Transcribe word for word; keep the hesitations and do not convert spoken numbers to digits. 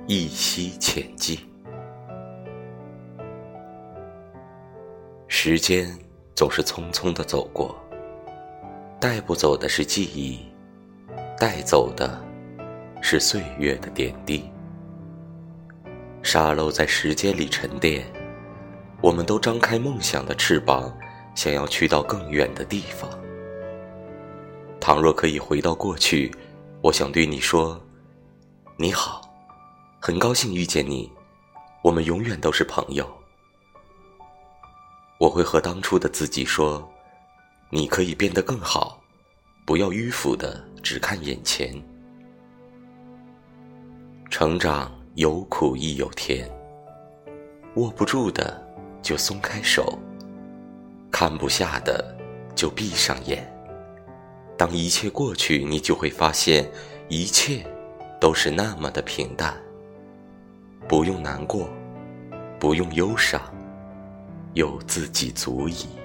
一夕浅寂。时间总是匆匆地走过，带不走的是记忆，带走的是岁月的点滴。沙漏在时间里沉淀，我们都张开梦想的翅膀，想要去到更远的地方。倘若可以回到过去，我想对你说，你好，很高兴遇见你，我们永远都是朋友。我会和当初的自己说，你可以变得更好，不要迂腐的只看眼前。成长有苦亦有甜，握不住的就松开手，看不下的就闭上眼。当一切过去，你就会发现一切都是那么的平淡。不用难过，不用忧伤，有自己足矣。